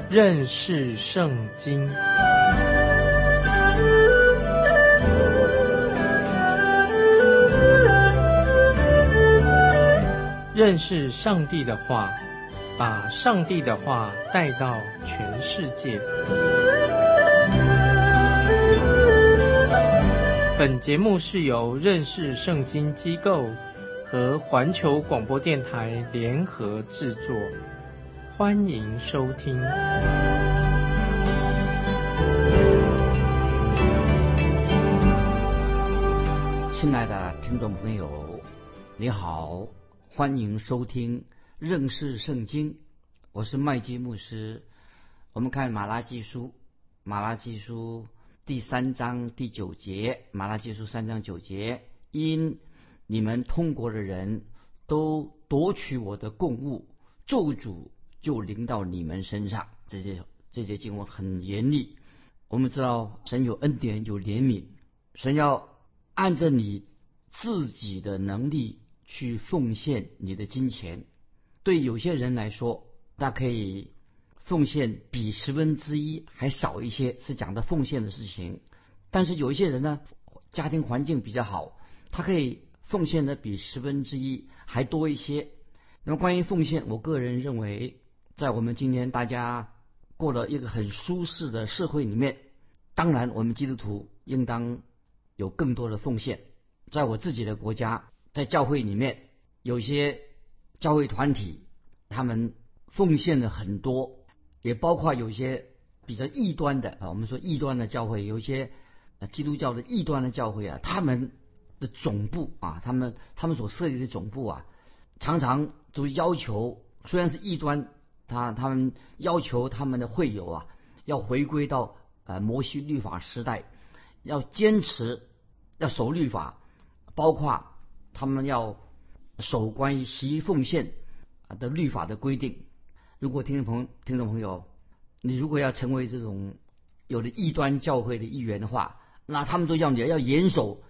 认识圣经。认识上帝的话，把上帝的话带到全世界。本节目是由认识圣经机构和环球广播电台联合制作，欢迎收听。 亲爱的听众朋友，你好，欢迎收听认识圣经，我是麦基牧师。我们看马拉基书第3章第9节，马拉基书3章9节，因你们通国的人都夺取我的供物，咒诅就临到你们身上。这节经文很严厉。我们知道神有恩典有怜悯，神要按着你自己的能力去奉献你的金钱。对有些人来说，他可以奉献比1/10还少一些，是讲的奉献的事情。但是有一些人呢，家庭环境比较好，他可以奉献的比1/10还多一些。那么关于奉献，我个人认为，在我们今天大家过了一个很舒适的社会里面，当然我们基督徒应当有更多的奉献。在我自己的国家，在教会里面，有一些教会团体，他们奉献了很多，也包括有一些比较异端的我们说异端的教会，有一些基督教的异端的教会啊，他们的总部啊，他们所设立的总部啊，常常都要求，虽然是异端，他们要求他们的会友啊，要回归到摩西律法时代，要坚持要守律法，包括他们要守关于11奉献的律法的规定。如果听众朋友，你如果要成为这种有的异端教会的一员的话，那他们都要你要严守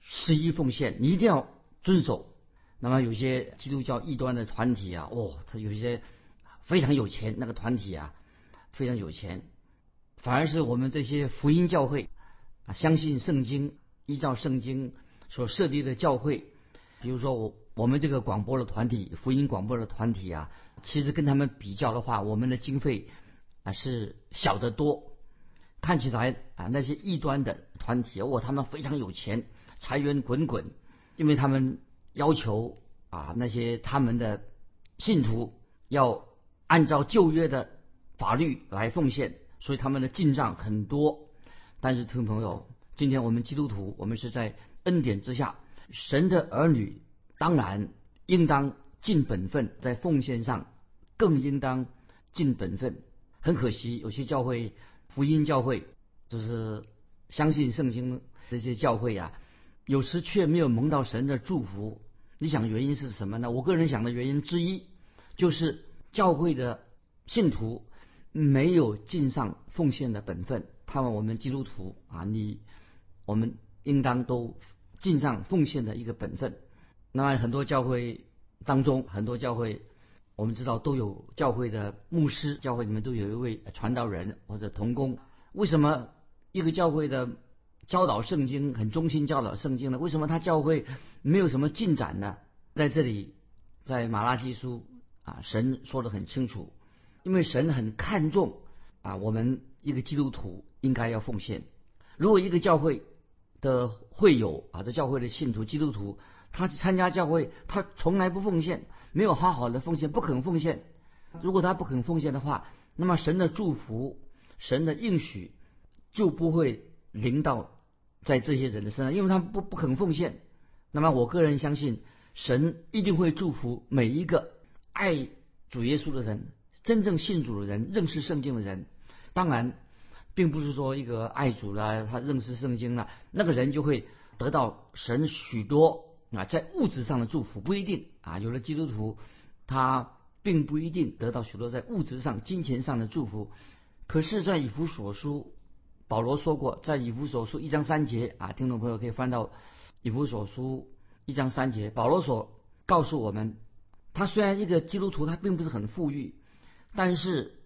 11奉献，你一定要遵守。那么有些基督教异端的团体啊，他有一些非常有钱，那个团体啊非常有钱，反而是我们这些福音教会相信圣经，依照圣经所设立的教会，比如说我们这个广播的团体，福音广播的团体啊，其实跟他们比较的话，我们的经费是小得多。看起来那些异端的团体他们非常有钱，财源滚滚，因为他们要求那些他们的信徒要按照旧约的法律来奉献，所以他们的进账很多。但是听众朋友，今天我们基督徒，我们是在恩典之下，神的儿女当然应当尽本分，在奉献上更应当尽本分。很可惜，有些教会，福音教会，就是相信圣经这些教会啊，有时却没有蒙到神的祝福。你想原因是什么呢？我个人想的原因之一，就是教会的信徒没有尽上奉献的本分。盼望我们基督徒我们应当都尽上奉献的一个本分。那么很多教会当中，很多教会我们知道都有教会的牧师，教会里面都有一位传道人或者同工。为什么一个教会的教导圣经很忠心教导圣经呢？为什么他教会没有什么进展呢？在这里，在马拉基书神说得很清楚，因为神很看重我们一个基督徒应该要奉献。如果一个教会的会友这教会的信徒基督徒，他参加教会，他从来不奉献，没有好好的奉献，不肯奉献。如果他不肯奉献的话，那么神的祝福，神的应许就不会临到在这些人的身上，因为他们不肯奉献。那么我个人相信，神一定会祝福每一个爱主耶稣的人，真正信主的人，认识圣经的人。当然并不是说一个爱主了，他认识圣经了，那个人就会得到神许多在物质上的祝福，不一定有的基督徒他并不一定得到许多在物质上金钱上的祝福。可是在以弗所书，保罗说过，在以弗所书1章3节听众朋友可以翻到以弗所书1章3节，保罗所告诉我们，他虽然一个基督徒，他并不是很富裕，但是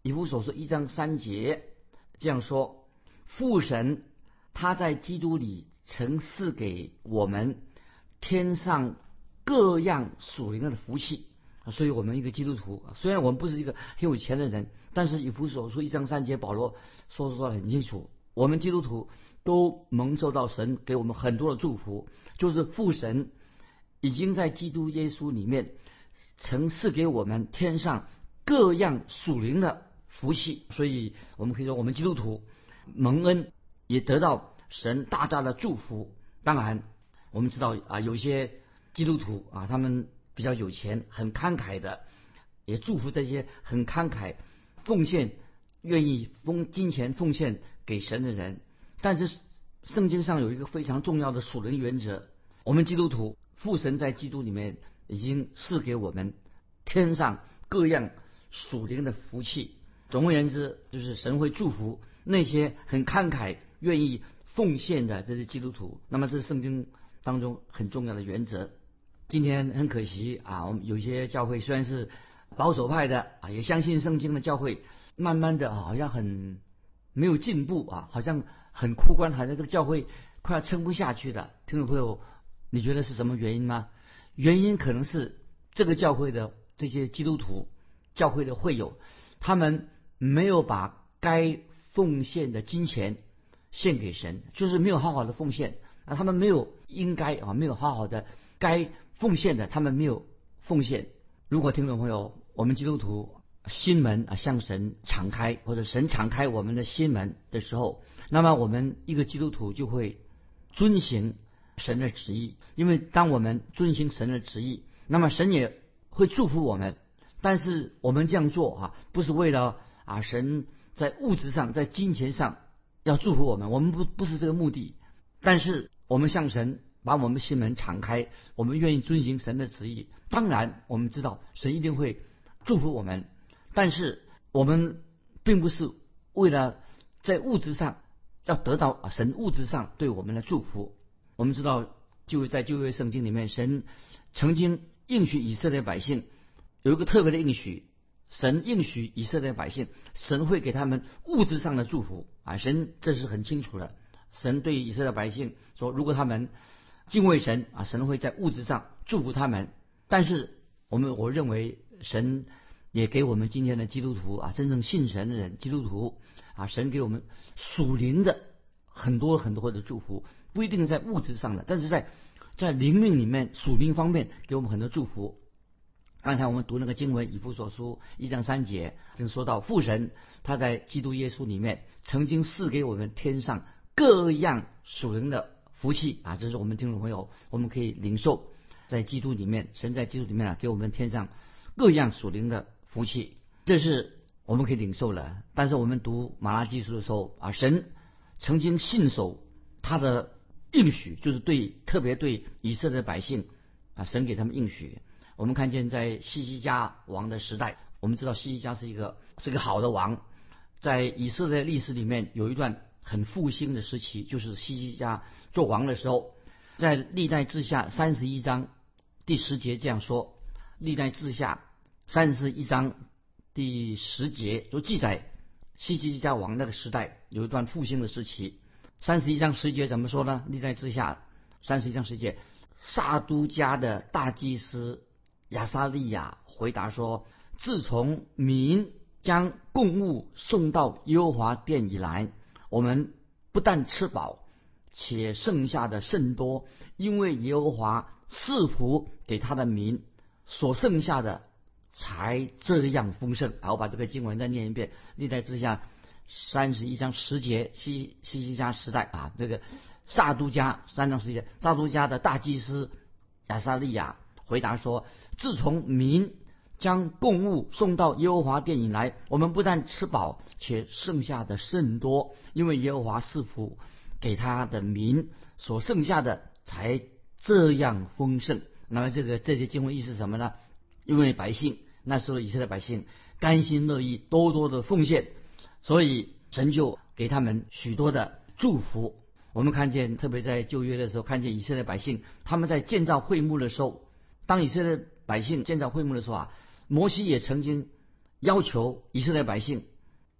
以弗所书1章3节这样说：父神他在基督里曾赐给我们天上各样属灵的福气。所以我们一个基督徒，虽然我们不是一个很有钱的人，但是以弗所书1章3节保罗说得很清楚，我们基督徒都蒙受到神给我们很多的祝福，就是父神已经在基督耶稣里面曾赐给我们天上各样属灵的福气。所以我们可以说，我们基督徒蒙恩也得到神大大的祝福。当然我们知道有些基督徒他们比较有钱，很慷慨的，也祝福这些很慷慨奉献愿意金钱奉献给神的人。但是圣经上有一个非常重要的属灵原则，我们基督徒父神在基督里面已经赐给我们天上各样属灵的福气。总而言之，就是神会祝福那些很慷慨愿意奉献的这些基督徒。那么这是圣经当中很重要的原则。今天很可惜我们有些教会虽然是保守派的也相信圣经的教会，慢慢的好像很没有进步好像很枯干，好像这个教会快要撑不下去了。听众朋友，你觉得是什么原因吗？原因可能是这个教会的这些基督徒，教会的会友，他们没有把该奉献的金钱献给神，就是没有好好的奉献他们没有应该没有好好的该奉献的，他们没有奉献。如果听众朋友，我们基督徒心门向神敞开，或者神敞开我们的心门的时候，那么我们一个基督徒就会遵行神的旨意。因为当我们遵行神的旨意，那么神也会祝福我们。但是我们这样做不是为了神在物质上在金钱上要祝福我们，我们不是这个目的。但是我们向神把我们心门敞开，我们愿意遵行神的旨意，当然我们知道神一定会祝福我们。但是我们并不是为了在物质上要得到神物质上对我们的祝福。我们知道就在旧约圣经里面，神曾经应许以色列百姓有一个特别的应许，神应许以色列百姓神会给他们物质上的祝福神这是很清楚的。神对以色列百姓说，如果他们敬畏神神会在物质上祝福他们。但是我认为神也给我们今天的基督徒真正信神的人，基督徒神给我们属灵的很多很多的祝福，不一定在物质上的，但是在灵命里面属灵方面给我们很多祝福。刚才我们读那个经文以弗所书1章3节就说到，父神他在基督耶稣里面曾经赐给我们天上各样属灵的福气这是我们听众朋友我们可以领受，在基督里面，神在基督里面给我们天上各样属灵的福气，这是我们可以领受了。但是我们读马拉基书的时候神曾经信守他的应许，就是特别对以色列百姓神给他们应许。我们看见在希西家王的时代，我们知道希西家是一个好的王，在以色列历史里面有一段很复兴的时期，就是希西家做王的时候。在历代志下31章第10节这样说，历代志下31章第10节就记载希西家王那个时代有一段复兴的时期。31章10节怎么说呢？历代志下31章10节，撒都家的大祭司亚撒利亚回答说，自从民将供物送到耶和华殿以来，我们不但吃饱，且剩下的甚多，因为耶和华赐福给他的民，所剩下的才这样丰盛。我把这个经文再念一遍，历代志下31章10节，希西家时代这个撒都家3章10节，撒都家的大祭司亚撒利亚回答说，自从民将供物送到耶和华殿以来，我们不但吃饱，且剩下的甚多，因为耶和华赐福给他的民，所剩下的才这样丰盛。那么这些经文意思是什么呢？因为百姓那时候以色列百姓甘心乐意多多的奉献，所以神就给他们许多的祝福。我们看见特别在旧约的时候，看见以色列百姓他们在建造会幕的时候，当以色列百姓建造会幕的时候摩西也曾经要求以色列百姓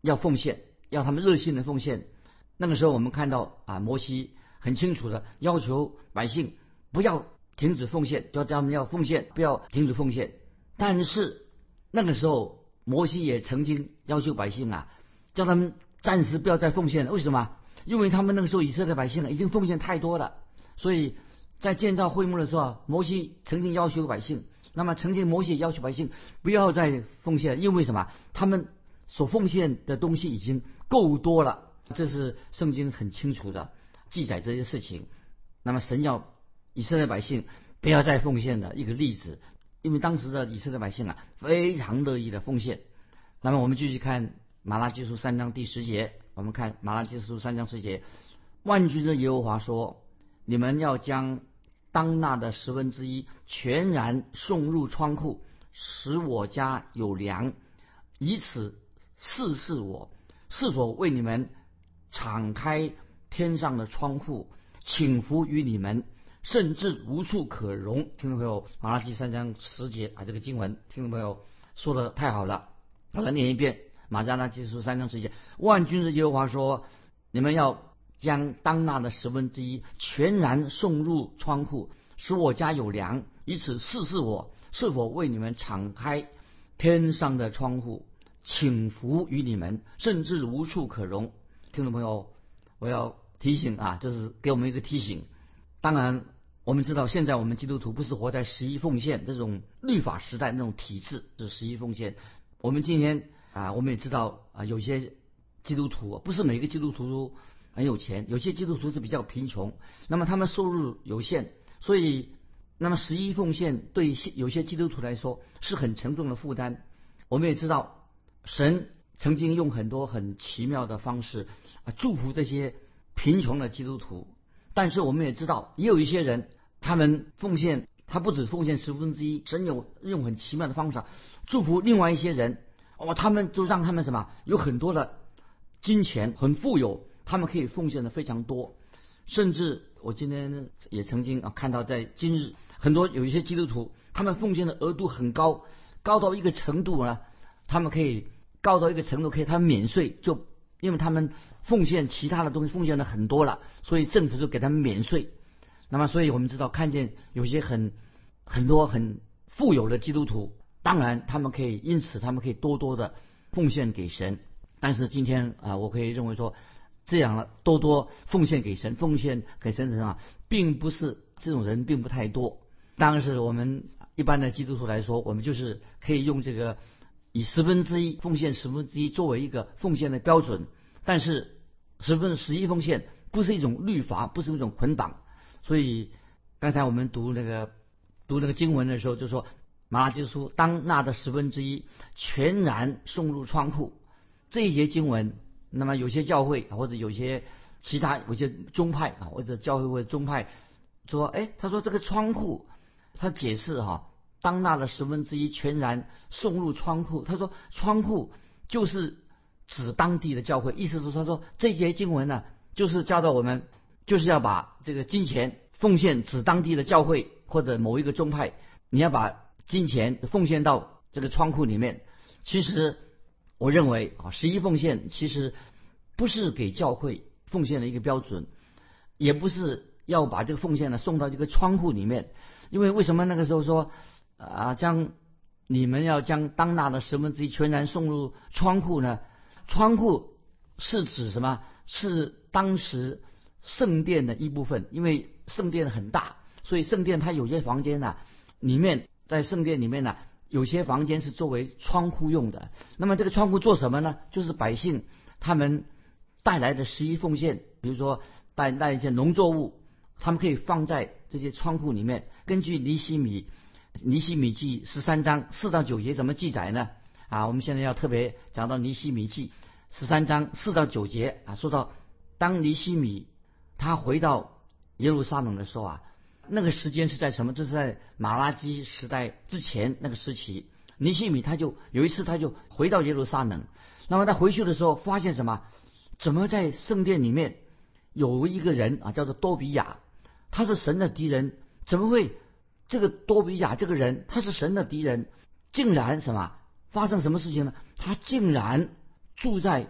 要奉献，要他们热心的奉献。那个时候我们看到摩西很清楚的要求百姓不要停止奉献，叫他们要奉献，不要停止奉献。但是那个时候摩西也曾经要求百姓叫他们暂时不要再奉献了。为什么？因为他们那个时候以色列百姓已经奉献太多了，所以在建造会幕的时候摩西曾经要求百姓，那么曾经摩西也要求百姓不要再奉献，因为什么？他们所奉献的东西已经够多了。这是圣经很清楚的记载这些事情。那么神要以色列百姓不要再奉献的一个例子，因为当时的以色列百姓非常乐意的奉献。那么我们继续看马拉基书3章第10节，我们看马拉基书3章10节，万军之耶和华说，你们要将当纳的1/10全然送入仓库，使我家有粮，以此试试我是否为你们敞开天上的窗户，倾福于你们，甚至无处可容。听众朋友，马拉基3章10节这个经文，听众朋友说的太好了。我再念一遍，马拉基书3章10节，万军之耶和华说，你们要将当纳的1/10全然送入仓库，使我家有粮，以此试试我是否为你们敞开天上的窗户，倾福于你们，甚至无处可容。听众朋友，我要提醒就是给我们一个提醒。当然我们知道现在我们基督徒不是活在11奉献这种律法时代那种体制，是11奉献。我们今天我们也知道有些基督徒不是每个基督徒都很有钱，有些基督徒是比较贫穷，那么他们收入有限，所以那么11奉献对有些基督徒来说是很沉重的负担。我们也知道神曾经用很多很奇妙的方式祝福这些贫穷的基督徒，但是我们也知道也有一些人他们奉献，他不止奉献1/10，神有用很奇妙的方法祝福另外一些人他们就让他们有很多的金钱，很富有，他们可以奉献的非常多。甚至我今天也曾经看到在今日很多有一些基督徒他们奉献的额度很高，高到一个程度他们可以高到一个程度可以他们免税，就因为他们奉献其他的东西奉献的很多了，所以政府就给他们免税。那么所以我们知道看见有些很多很富有的基督徒，当然他们可以因此他们可以多多的奉献给神。但是今天我可以认为说这样多多奉献给神的人并不是这种人并不太多。当然是我们一般的基督徒来说，我们就是可以用这个以1/10奉献1/10作为一个奉献的标准，但是11奉献不是一种律法，不是一种捆绑。所以刚才我们读那个经文的时候就说，马拉基书当纳的1/10全然送入仓库。这一节经文，那么有些教会或者有些其他有些宗派或者教会或者宗派说，他说这个仓库，他解释当纳的1/10全然送入仓库，他说仓库就是指当地的教会，意思是他说这一节经文呢就是教导我们就是要把这个金钱奉献指当地的教会或者某一个宗派，你要把金钱奉献到这个仓库里面。其实我认为11奉献其实不是给教会奉献的一个标准，也不是要把这个奉献呢送到这个仓库里面。因为为什么那个时候说你们要将当纳的1/10全然送入仓库呢？仓库是指什么？是当时圣殿的一部分，因为圣殿很大，所以圣殿它有些房间里面在圣殿里面有些房间是作为仓库用的。那么这个仓库做什么呢？就是百姓他们带来的11奉献，比如说带一些农作物，他们可以放在这些仓库里面。根据尼希米记13章4到9节怎么记载呢？我们现在要特别讲到尼希米记13章4到9节说到当尼希米他回到耶路撒冷的时候那个时间是在什么？这是在马拉基时代之前那个时期。尼希米他就有一次他就回到耶路撒冷，那么他回去的时候发现什么？怎么在圣殿里面有一个人叫做多比亚，他是神的敌人。怎么会这个多比亚这个人他是神的敌人，竟然发生什么事情呢？他竟然住在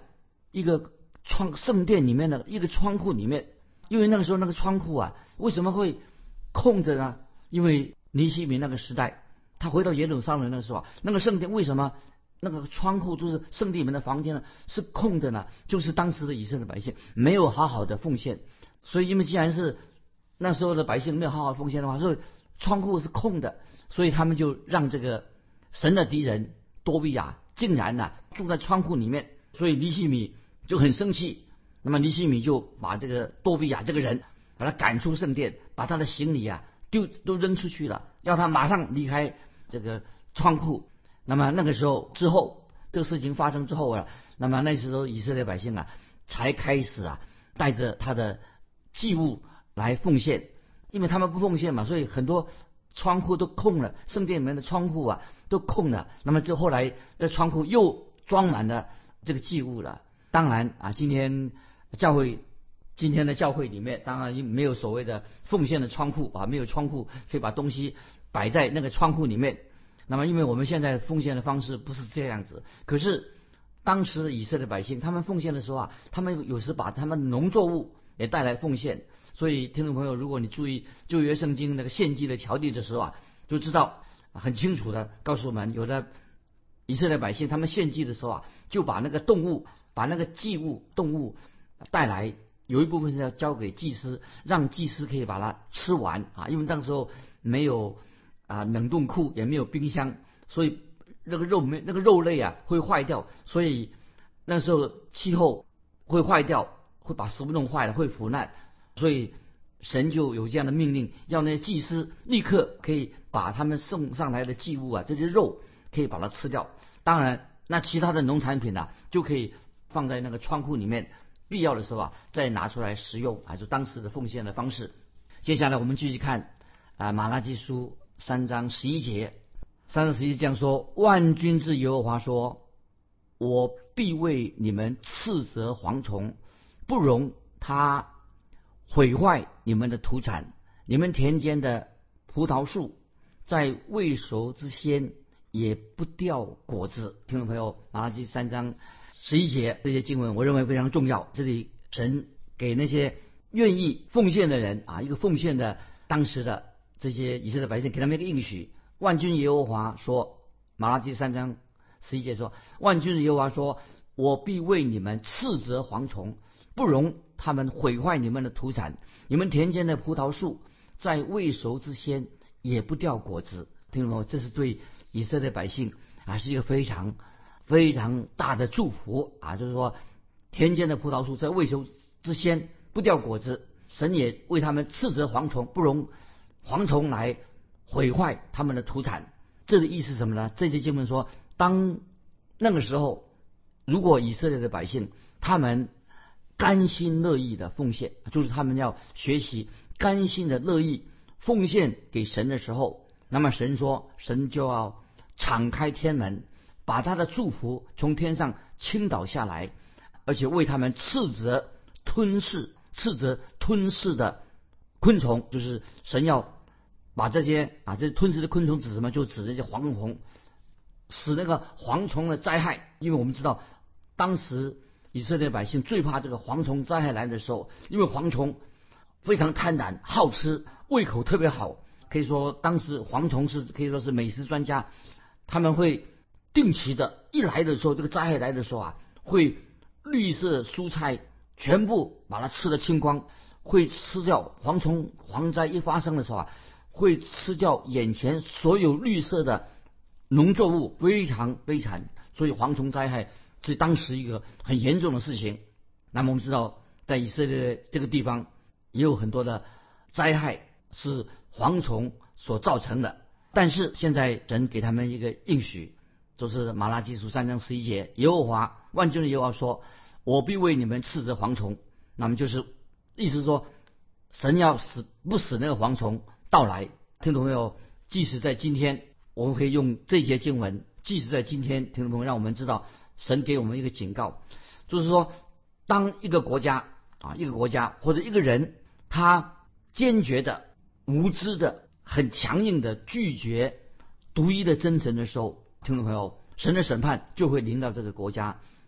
一个圣殿里面的一个仓库里面，因为那个时候那个仓库啊，为什么会空着呢？因为尼希米那个时代，他回到耶路撒冷那个时候啊，那个圣殿为什么那个仓库就是圣地里面的房间呢是空着呢？就是当时的以色列百姓没有好好的奉献，所以因为既然是那时候的百姓没有好好奉献的话，所以仓库是空的，所以他们就让这个神的敌人多比亚竟然住在仓库里面，所以尼希米就很生气。那么尼希米就把这个多比亚这个人把他赶出圣殿，把他的行李都扔出去了，要他马上离开这个仓库。那么那个时候之后，这个事情发生之后那么那时候以色列百姓才开始带着他的祭物来奉献，因为他们不奉献嘛，所以很多仓库都空了，圣殿里面的仓库都空了。那么就后来这仓库又装满了这个祭物了。当然今天的教会里面当然没有所谓的奉献的仓库没有仓库可以把东西摆在那个仓库里面。那么因为我们现在奉献的方式不是这样子，可是当时的以色列百姓他们奉献的时候他们有时把他们农作物也带来奉献。所以听众朋友，如果你注意旧约圣经那个献祭的条例的时候就知道很清楚的告诉我们，有的以色列百姓他们献祭的时候就把那个动物把那个祭物动物带来，有一部分是要交给祭司，让祭司可以把它吃完因为那个时候没有冷冻库，也没有冰箱，所以那个肉类会坏掉，所以那时候气候会坏掉，会把食物弄坏了，会腐烂，所以神就有这样的命令，要那些祭司立刻可以把他们送上来的祭物这些肉可以把它吃掉。当然那其他的农产品就可以放在那个仓库里面，必要的时候再拿出来食用就当时的奉献的方式。接下来我们继续看马拉基书3章11节，3章11节这样说：万军之耶和华说，我必为你们斥责蝗虫，不容它毁坏你们的土产，你们田间的葡萄树在未熟之先也不掉果子。听众朋友，马拉基3章11节这些经文我认为非常重要。这里神给那些愿意奉献的人一个奉献的当时的这些以色列百姓，给他们一个应许。万军耶和华说，马拉基3章11节说，万军耶和华说，我必为你们斥责蝗虫，不容他们毁坏你们的土产，你们田间的葡萄树在未熟之先也不掉果子。听众朋友，这是对以色列百姓是一个非常非常大的祝福就是说田间的葡萄树在未熟之先不掉果子，神也为他们斥责蝗虫，不容蝗虫来毁坏他们的土产。这个意思是什么呢？这节经文说，当那个时候如果以色列的百姓他们甘心乐意的奉献，就是他们要学习甘心的乐意奉献给神的时候，那么神说，神就要敞开天门，把他的祝福从天上倾倒下来，而且为他们斥责吞噬的昆虫，就是神要把这些这吞噬的昆虫指什么？就指这些蝗虫，使那个蝗虫的灾害。因为我们知道当时以色列百姓最怕这个蝗虫灾害来的时候，因为蝗虫非常贪婪好吃，胃口特别好，可以说当时蝗虫可以说是美食专家。他们会定期的一来的时候，这个灾害来的时候会绿色蔬菜全部把它吃得清光，会吃掉蝗灾一发生的时候会吃掉眼前所有绿色的农作物，非常悲惨。所以蝗虫灾害是当时一个很严重的事情。那么我们知道在以色列这个地方也有很多的灾害是蝗虫所造成的，但是现在神给他们一个应许，就是马拉基书3章11节，耶和华万军的耶和华说，我必为你们斥责蝗虫。那么就是意思说神要不使那个蝗虫到来。听众朋友，即使在今天我们可以用这节经文，即使在今天听众朋友，让我们知道神给我们一个警告，就是说当一个国家或者一个人他坚决的无知的很强硬的拒绝独一的真神的时候，听众朋友，神的审判就会临到这个国家。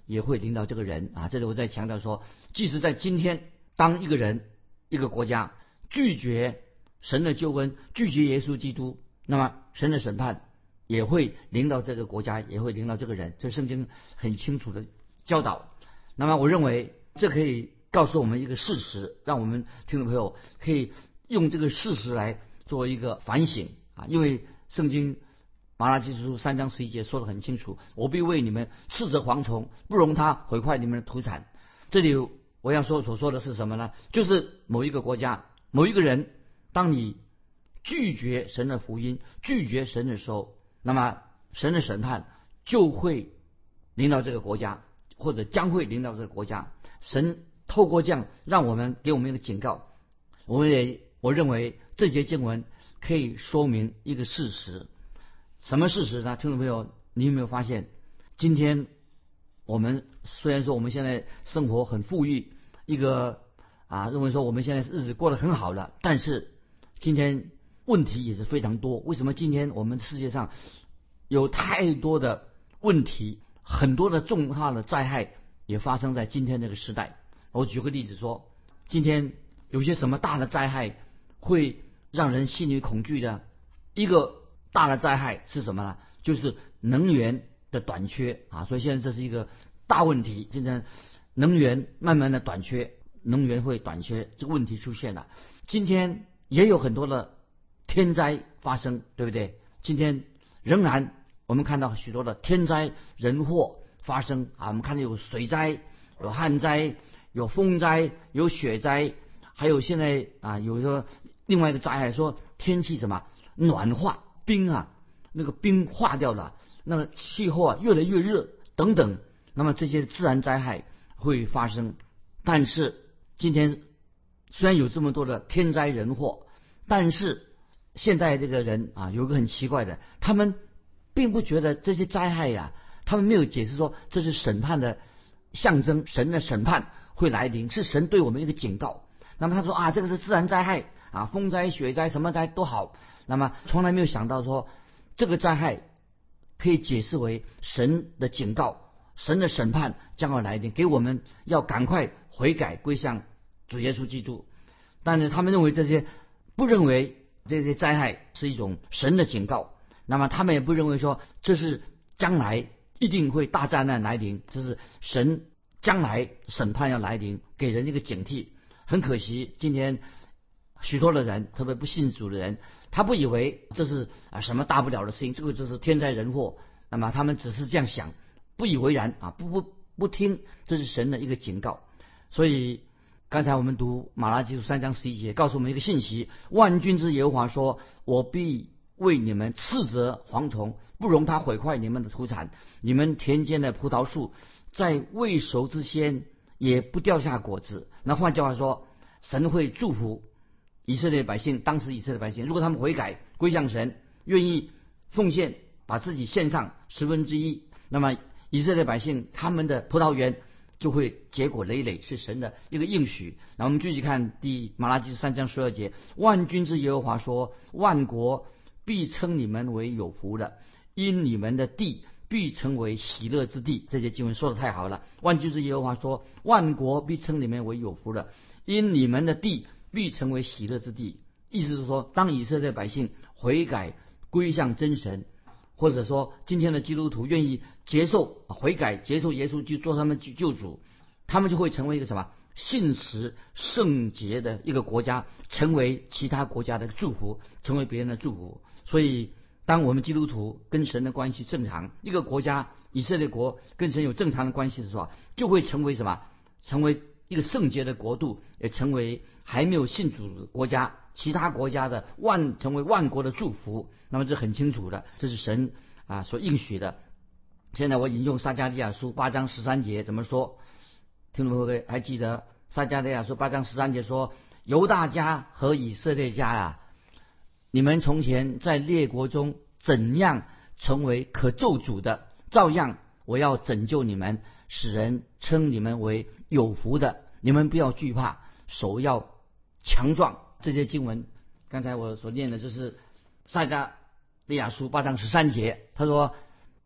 也会临到这个人啊。这里我在强调说，即使在今天，当一个人、一个国家拒绝神的救恩，拒绝耶稣基督，那么神的审判也会临到这个国家，也会临到这个人。这圣经很清楚的教导。那么我认为这可以告诉我们一个事实，让我们听众朋友可以用这个事实来做一个反省啊。因为圣经马拉基书3章11节说得很清楚，我必为你们斥责蝗虫，不容它毁坏你们的土产。这里我要所说的是什么呢？就是某一个国家、某一个人，当你拒绝神的福音、拒绝神的时候，那么神的审判就会临到这个国家，或者将会临到这个国家。神透过这样让我们给我们一个警告。我认为这节经文可以说明一个事实。什么事实呢？听众朋友，你有没有发现，今天我们虽然说我们现在生活很富裕，认为说我们现在日子过得很好了，但是今天问题也是非常多。为什么今天我们世界上有太多的问题，很多的重大的灾害也发生在今天这个时代？我举个例子说，今天有些什么大的灾害会让人心里恐惧的？一个大的灾害是什么呢？就是能源的短缺啊！所以现在这是一个大问题。现在能源慢慢的短缺，能源会短缺，这个问题出现了。今天也有很多的天灾发生，对不对？今天仍然我们看到许多的天灾人祸发生啊！我们看到有水灾、有旱灾、有风灾、有雪灾，还有现在有一个另外一个灾害，说天气什么暖化，那个冰化掉了，那个气候越来越热等等。那么这些自然灾害会发生。但是今天虽然有这么多的天灾人祸，但是现在这个人有一个很奇怪的，他们并不觉得这些灾害他们没有解释说这是审判的象征，神的审判会来临，是神对我们一个警告。那么他说这个是自然灾害风灾、雪灾什么灾都好，那么从来没有想到说这个灾害可以解释为神的警告，神的审判将要来临，给我们要赶快悔改归向主耶稣基督。但是他们不认为这些灾害是一种神的警告，那么他们也不认为说这是将来一定会大灾难来临，这是神将来审判要来临，给人一个警惕。很可惜，今天许多的人，特别不信主的人，他不以为这是什么大不了的事情，这是天灾人祸，那么他们只是这样想，不以为然不听，这是神的一个警告。所以刚才我们读马拉基书3章11节，告诉我们一个信息：万军之耶和华说，我必为你们斥责蝗虫，不容它毁坏你们的土产。你们田间的葡萄树在未熟之先也不掉下果子。那换句话说，神会祝福以色列百姓，当时以色列百姓，如果他们悔改归向神，愿意奉献，把自己献上1/10，那么以色列百姓他们的葡萄园就会结果累累，是神的一个应许。那我们继续看马拉基书3章12节，万军之耶和华说，万国必称你们为有福的，因你们的地必成为喜乐之地。这些经文说的太好了。万军之耶和华说，万国必称你们为有福的，因你们的地必成为喜乐之地。意思是说，当以色列百姓悔改归向真神，或者说今天的基督徒愿意悔改接受耶稣去做他们救主，他们就会成为一个什么信实圣洁的一个国家，成为其他国家的祝福，成为别人的祝福。所以当我们基督徒跟神的关系正常，一个国家以色列国跟神有正常的关系的时候，就会成为什么？成为一个圣洁的国度，也成为还没有信主的国家，其他国家的成为万国的祝福。那么这很清楚的，这是神所应许的。现在我引用撒迦利亚书8章13节怎么说？听众朋友还记得撒迦利亚书8章13节说，犹大家和以色列家你们从前在列国中怎样成为可咒诅的，照样我要拯救你们，使人称你们为有福的。你们不要惧怕，手要强壮。这些经文刚才我所念的就是撒迦利亚书8章13节，他说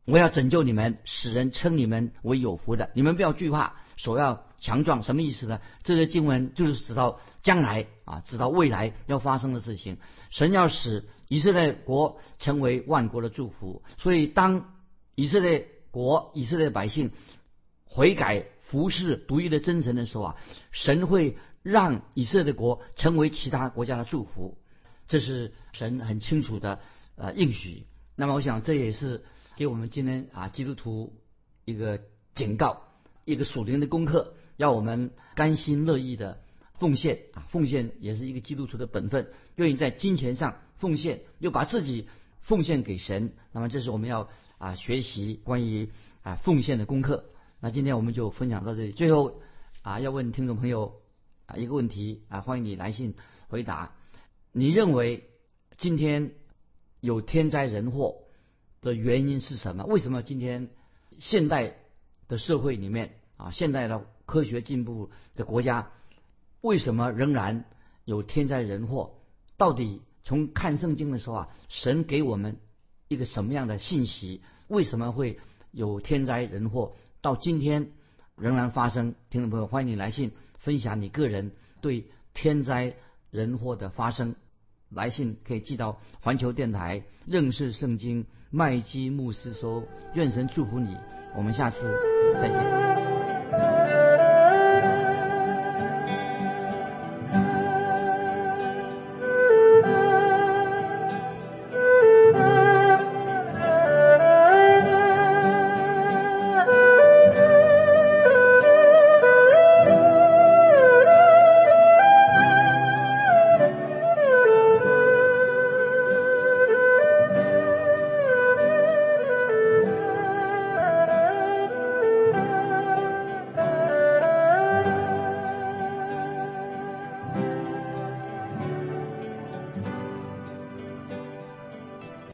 我要拯救你们，使人称你们为有福的。你们不要惧怕，手要强壮。什么意思呢？这些经文就是指到将来指到未来要发生的事情。神要使以色列国成为万国的祝福。所以当以色列国、以色列百姓悔改服侍独一的真神的时候神会让以色列国成为其他国家的祝福。这是神很清楚的应许。那么我想这也是给我们今天基督徒一个警告，一个属灵的功课，要我们甘心乐意的奉献奉献也是一个基督徒的本分，愿意在金钱上奉献，又把自己奉献给神。那么这是我们要学习关于奉献的功课。那今天我们就分享到这里。最后要问听众朋友一个问题欢迎你来信回答。你认为今天有天灾人祸的原因是什么？为什么今天现代的社会里面现代的科学进步的国家，为什么仍然有天灾人祸？到底从看圣经的时候神给我们一个什么样的信息？为什么会有天灾人祸到今天仍然发生？听众朋友，欢迎你来信分享你个人对天灾人祸的发生。来信可以寄到环球电台认识圣经麦基牧师收。愿神祝福你，我们下次再见。